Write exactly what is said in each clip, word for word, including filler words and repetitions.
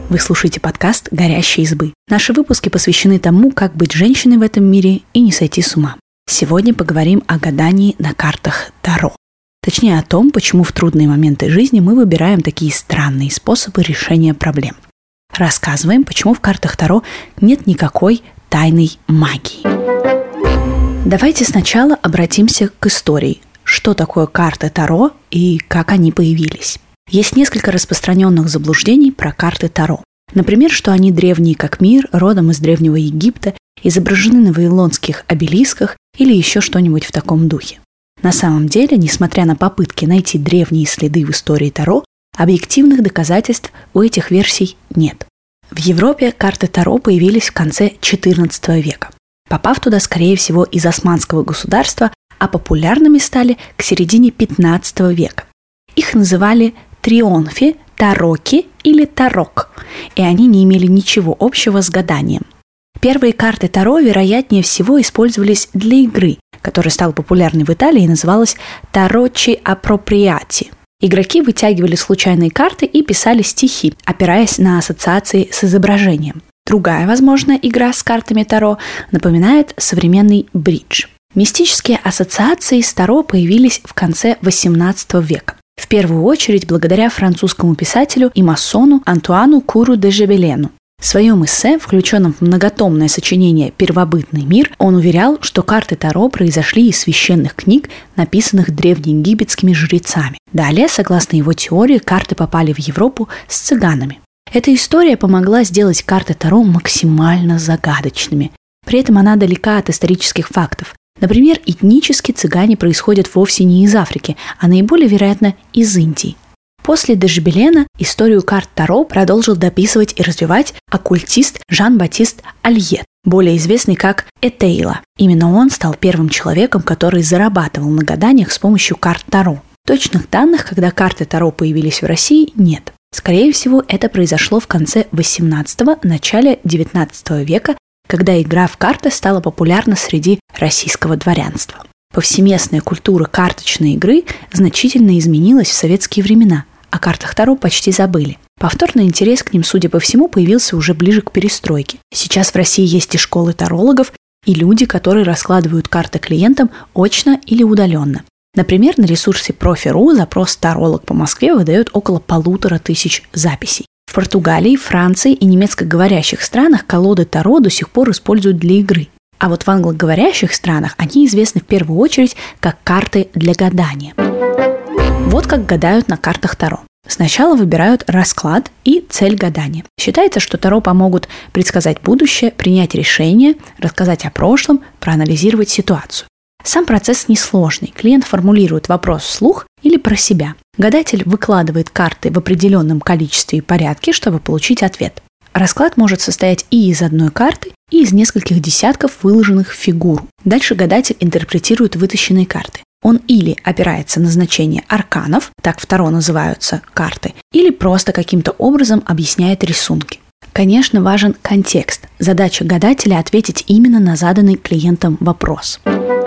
Вы слушаете подкаст «Горящие избы». Наши выпуски посвящены тому, как быть женщиной в этом мире и не сойти с ума. Сегодня поговорим о гадании на картах Таро. Точнее, о том, почему в трудные моменты жизни мы выбираем такие странные способы решения проблем. Рассказываем, почему в картах Таро нет никакой тайной магии. Давайте сначала обратимся к истории. Что такое карты Таро и как они появились? Есть несколько распространенных заблуждений про карты Таро. Например, что они древние как мир, родом из Древнего Египта, изображены на вавилонских обелисках или еще что-нибудь в таком духе. На самом деле, несмотря на попытки найти древние следы в истории Таро, объективных доказательств у этих версий нет. В Европе карты Таро появились в конце четырнадцатого века, попав туда, скорее всего, из османского государства, а популярными стали к середине пятнадцатого века. Их называли трионфи, тароки или тарок, и они не имели ничего общего с гаданием. Первые карты Таро, вероятнее всего, использовались для игры, которая стала популярной в Италии и называлась «тарочи апроприати». Игроки вытягивали случайные карты и писали стихи, опираясь на ассоциации с изображением. Другая возможная игра с картами Таро напоминает современный бридж. Мистические ассоциации с Таро появились в конце восемнадцатого века. В первую очередь благодаря французскому писателю и масону Антуану Куру де Жебелену. В своем эссе, включенном в многотомное сочинение «Первобытный мир», он уверял, что карты Таро произошли из священных книг, написанных древнеегипетскими жрецами. Далее, согласно его теории, карты попали в Европу с цыганами. Эта история помогла сделать карты Таро максимально загадочными. При этом она далека от исторических фактов. Например, этнически цыгане происходят вовсе не из Африки, а наиболее вероятно из Индии. После де Жебелена историю карт Таро продолжил дописывать и развивать оккультист Жан-Батист Альет, более известный как Этейла. Именно он стал первым человеком, который зарабатывал на гаданиях с помощью карт Таро. Точных данных, когда карты Таро появились в России, нет. Скорее всего, это произошло в конце восемнадцатого – начале девятнадцатого века, когда игра в карты стала популярна среди российского дворянства. Повсеместная культура карточной игры значительно изменилась в советские времена, о картах Таро почти забыли. Повторный интерес к ним, судя по всему, появился уже ближе к перестройке. Сейчас в России есть и школы тарологов, и люди, которые раскладывают карты клиентам очно или удаленно. Например, на ресурсе профи точка ру запрос «таролог по Москве» выдает около полутора тысяч записей. В Португалии, Франции и немецкоговорящих странах колоды Таро до сих пор используют для игры. А вот в англоговорящих странах они известны в первую очередь как карты для гадания. Вот как гадают на картах Таро. Сначала выбирают расклад и цель гадания. Считается, что Таро помогут предсказать будущее, принять решение, рассказать о прошлом, проанализировать ситуацию. Сам процесс несложный. Клиент формулирует вопрос вслух или про себя. Гадатель выкладывает карты в определенном количестве и порядке, чтобы получить ответ. Расклад может состоять и из одной карты, и из нескольких десятков выложенных в фигуру. Дальше гадатель интерпретирует вытащенные карты. Он или опирается на значение арканов, так в Таро называются карты, или просто каким-то образом объясняет рисунки. Конечно, важен контекст. Задача гадателя – ответить именно на заданный клиентом вопрос.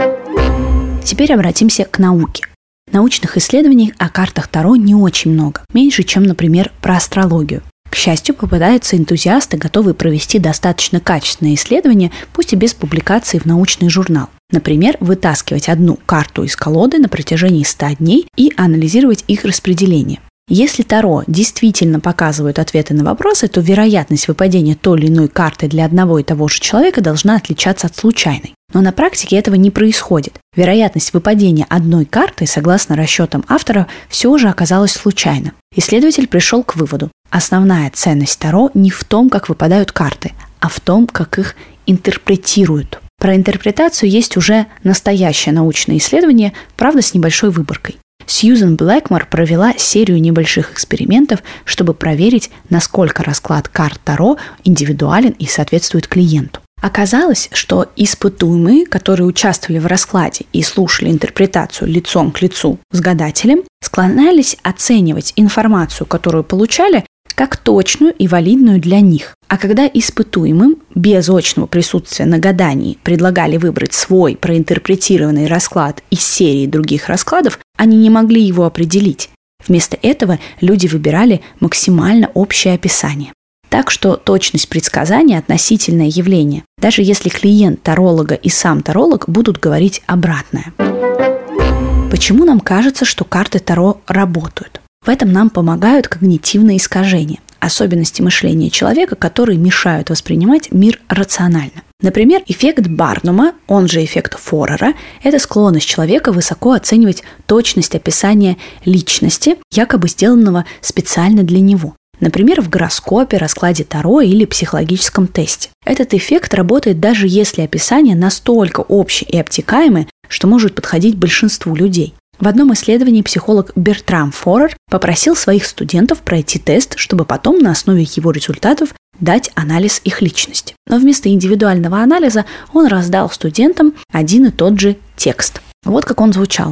Теперь обратимся к науке. Научных исследований о картах Таро не очень много, меньше, чем, например, про астрологию. К счастью, попадаются энтузиасты, готовые провести достаточно качественное исследование, пусть и без публикации в научный журнал. Например, вытаскивать одну карту из колоды на протяжении ста дней и анализировать их распределение. Если Таро действительно показывают ответы на вопросы, то вероятность выпадения той или иной карты для одного и того же человека должна отличаться от случайной. Но на практике этого не происходит. Вероятность выпадения одной карты, согласно расчетам автора, все же оказалась случайна. Исследователь пришел к выводу: основная ценность Таро не в том, как выпадают карты, а в том, как их интерпретируют. Про интерпретацию есть уже настоящее научное исследование, правда, с небольшой выборкой. Сьюзен Блэкмор провела серию небольших экспериментов, чтобы проверить, насколько расклад карт Таро индивидуален и соответствует клиенту. Оказалось, что испытуемые, которые участвовали в раскладе и слушали интерпретацию лицом к лицу с гадателем, склонялись оценивать информацию, которую получали, как точную и валидную для них. А когда испытуемым без очного присутствия на гадании предлагали выбрать свой проинтерпретированный расклад из серии других раскладов, они не могли его определить. Вместо этого люди выбирали максимально общее описание. Так что точность предсказания – относительное явление, даже если клиент таролога и сам таролог будут говорить обратное. Почему нам кажется, что карты Таро работают? В этом нам помогают когнитивные искажения, особенности мышления человека, которые мешают воспринимать мир рационально. Например, эффект Барнума, он же эффект Форера, это склонность человека высоко оценивать точность описания личности, якобы сделанного специально для него. Например, в гороскопе, раскладе Таро или психологическом тесте. Этот эффект работает даже если описание настолько общее и обтекаемое, что может подходить большинству людей. В одном исследовании психолог Бертрам Форер попросил своих студентов пройти тест, чтобы потом на основе его результатов дать анализ их личности. Но вместо индивидуального анализа он раздал студентам один и тот же текст. Вот как он звучал.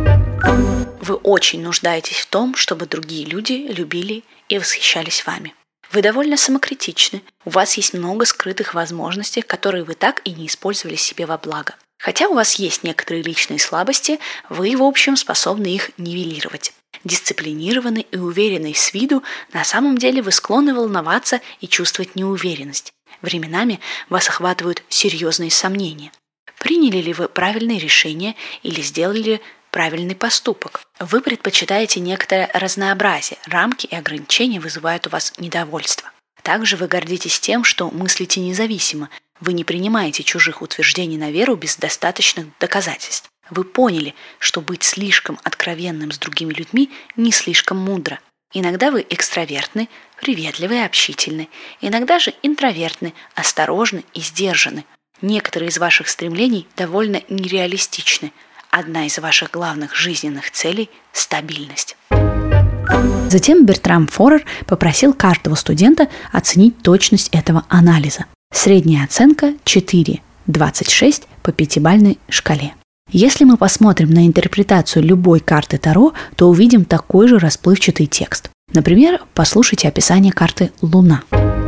Вы очень нуждаетесь в том, чтобы другие люди любили и восхищались вами. Вы довольно самокритичны, у вас есть много скрытых возможностей, которые вы так и не использовали себе во благо. Хотя у вас есть некоторые личные слабости, вы, в общем, способны их нивелировать. Дисциплинированный и уверенный с виду, на самом деле вы склонны волноваться и чувствовать неуверенность. Временами вас охватывают серьезные сомнения. Приняли ли вы правильные решения или сделали ли правильный поступок? Вы предпочитаете некоторое разнообразие, рамки и ограничения вызывают у вас недовольство. Также вы гордитесь тем, что мыслите независимо, вы не принимаете чужих утверждений на веру без достаточных доказательств. Вы поняли, что быть слишком откровенным с другими людьми не слишком мудро. Иногда вы экстравертны, приветливы и общительны, иногда же интровертны, осторожны и сдержаны. Некоторые из ваших стремлений довольно нереалистичны. Одна из ваших главных жизненных целей – стабильность. Затем Бертрам Форер попросил каждого студента оценить точность этого анализа. Средняя оценка четыре целых двадцать шесть сотых по пятибалльной шкале. Если мы посмотрим на интерпретацию любой карты Таро, то увидим такой же расплывчатый текст. Например, послушайте описание карты Луна.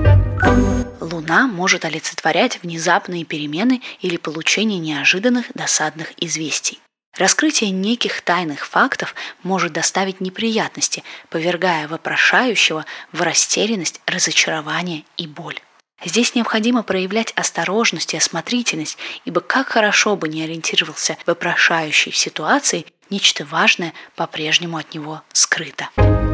Луна может олицетворять внезапные перемены или получение неожиданных досадных известий. Раскрытие неких тайных фактов может доставить неприятности, повергая вопрошающего в растерянность, разочарование и боль. Здесь необходимо проявлять осторожность и осмотрительность, ибо как хорошо бы не ориентировался вопрошающий в ситуации, нечто важное по-прежнему от него скрыто.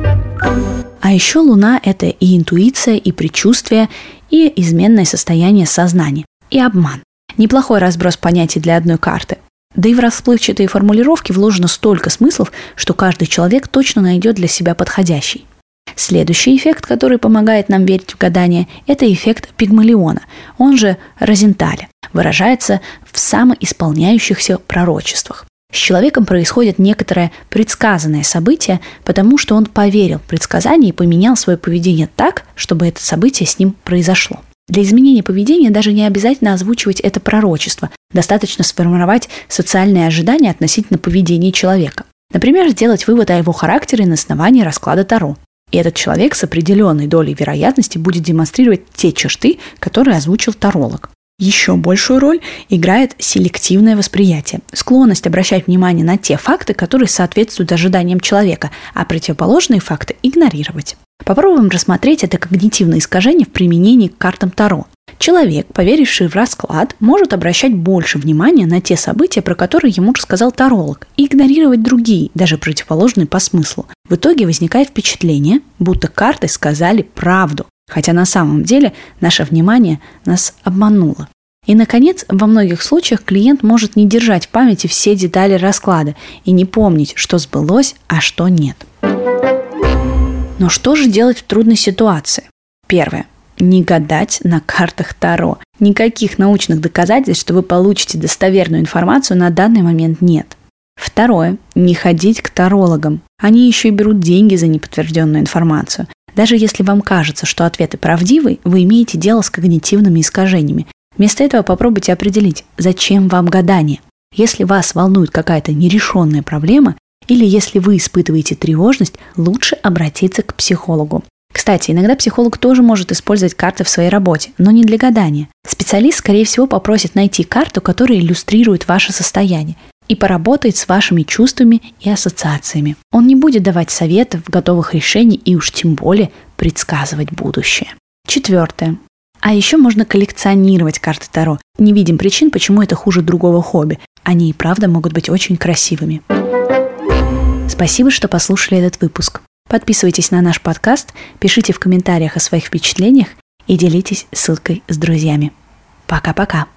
А еще Луна – это и интуиция, и предчувствие, и изменное состояние сознания, и обман. Неплохой разброс понятий для одной карты. Да и в расплывчатые формулировки вложено столько смыслов, что каждый человек точно найдет для себя подходящий. Следующий эффект, который помогает нам верить в гадание, это эффект Пигмалиона, он же Розенталя, выражается в самоисполняющихся пророчествах. С человеком происходит некоторое предсказанное событие, потому что он поверил в предсказание и поменял свое поведение так, чтобы это событие с ним произошло. Для изменения поведения даже не обязательно озвучивать это пророчество, достаточно сформировать социальные ожидания относительно поведения человека. Например, сделать вывод о его характере на основании расклада Таро. И этот человек с определенной долей вероятности будет демонстрировать те черты, которые озвучил таролог. Еще большую роль играет селективное восприятие, склонность обращать внимание на те факты, которые соответствуют ожиданиям человека, а противоположные факты игнорировать. Попробуем рассмотреть это когнитивное искажение в применении к картам Таро. Человек, поверивший в расклад, может обращать больше внимания на те события, про которые ему рассказал таролог, и игнорировать другие, даже противоположные по смыслу. В итоге возникает впечатление, будто карты сказали правду, хотя на самом деле наше внимание нас обмануло. И, наконец, во многих случаях клиент может не держать в памяти все детали расклада и не помнить, что сбылось, а что нет. Но что же делать в трудной ситуации? Первое. Не гадать на картах Таро. Никаких научных доказательств, что вы получите достоверную информацию, на данный момент нет. Второе. Не ходить к тарологам. Они еще и берут деньги за неподтвержденную информацию. Даже если вам кажется, что ответы правдивы, вы имеете дело с когнитивными искажениями. Вместо этого попробуйте определить, зачем вам гадание. Если вас волнует какая-то нерешенная проблема, или если вы испытываете тревожность, лучше обратиться к психологу. Кстати, иногда психолог тоже может использовать карты в своей работе, но не для гадания. Специалист, скорее всего, попросит найти карту, которая иллюстрирует ваше состояние, и поработает с вашими чувствами и ассоциациями. Он не будет давать советов, готовых решений и уж тем более предсказывать будущее. Четвертое. А еще можно коллекционировать карты Таро. Не видим причин, почему это хуже другого хобби. Они и правда могут быть очень красивыми. Спасибо, что послушали этот выпуск. Подписывайтесь на наш подкаст, пишите в комментариях о своих впечатлениях и делитесь ссылкой с друзьями. Пока-пока.